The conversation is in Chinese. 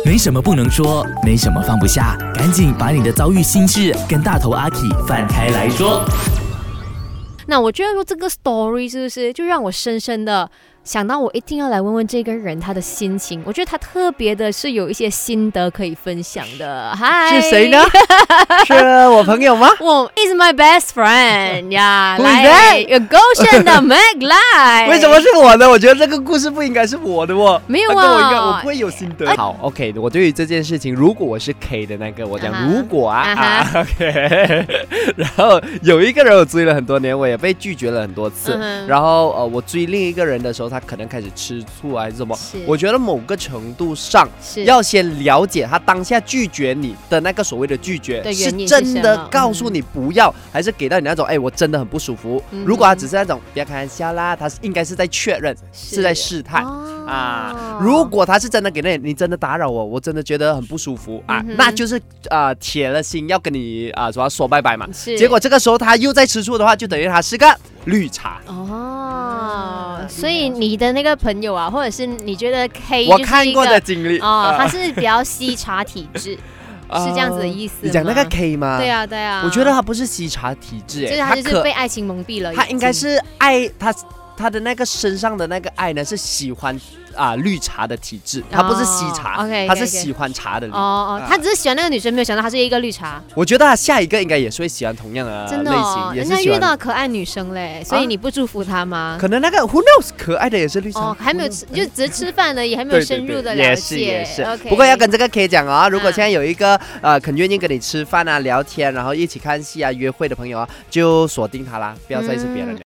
没什么不能说，没什么放不下，赶紧把你的遭遇心事跟大头阿 K 翻开来说。 那我觉得说这个 story 是不是就让我深深的想到我一定要来问问这个人他的心情，我觉得他特别的是有一些心得可以分享的。嗨， 是谁呢？是我朋友吗？ 我 is my best friend 呀， Who is 来，有勾选的 Meg 来。 为什么是我呢？我觉得这个故事不应该是我的哦。 没有我不会有心得。好 ，OK， 我对于这件事情，如果我是 K 的那个，我讲如果OK， 然后有一个人我追了很多年，我也被拒绝了很多次，然后我追另一个人的时候，他可能开始吃醋还是什么，我觉得某个程度上要先了解他当下拒绝你的那个所谓的拒绝是真的告诉你不要，还是给到你那种我真的很不舒服。如果他只是那种不要开玩笑啦，他应该是在确认，是在试探啊。如果他是真的给那你真的打扰我，我真的觉得很不舒服啊，那就是铁了心要跟你说拜拜嘛。结果这个时候他又在吃醋的话，就等于他是个绿茶所以你的那个朋友啊，或者是你觉得 K 我看过的经历他是比较吸茶体质，是这样子的意思吗？ 你讲那个 K 吗？ 对啊对啊， 我觉得他不是吸茶体质， 就是他就是被爱情蒙蔽了。 他应该是爱他的那个身上的那个爱呢，是喜欢绿茶的体质，他不是吸茶，他是喜欢茶的。 他只是喜欢那个女生，没有想到他是一个绿茶。 我觉得他下一个应该也是会喜欢同样的类型， 人家遇到可爱女生嘞，所以你不祝福他吗？ 可能那个 who knows 可爱的也是绿茶， 还没有就只是吃饭而已，还没有深入的了解。 也是。不过要跟这个 K 讲如果现在有一个肯愿意跟你吃饭聊天，然后一起看戏约会的朋友就锁定他啦，不要再是别人了。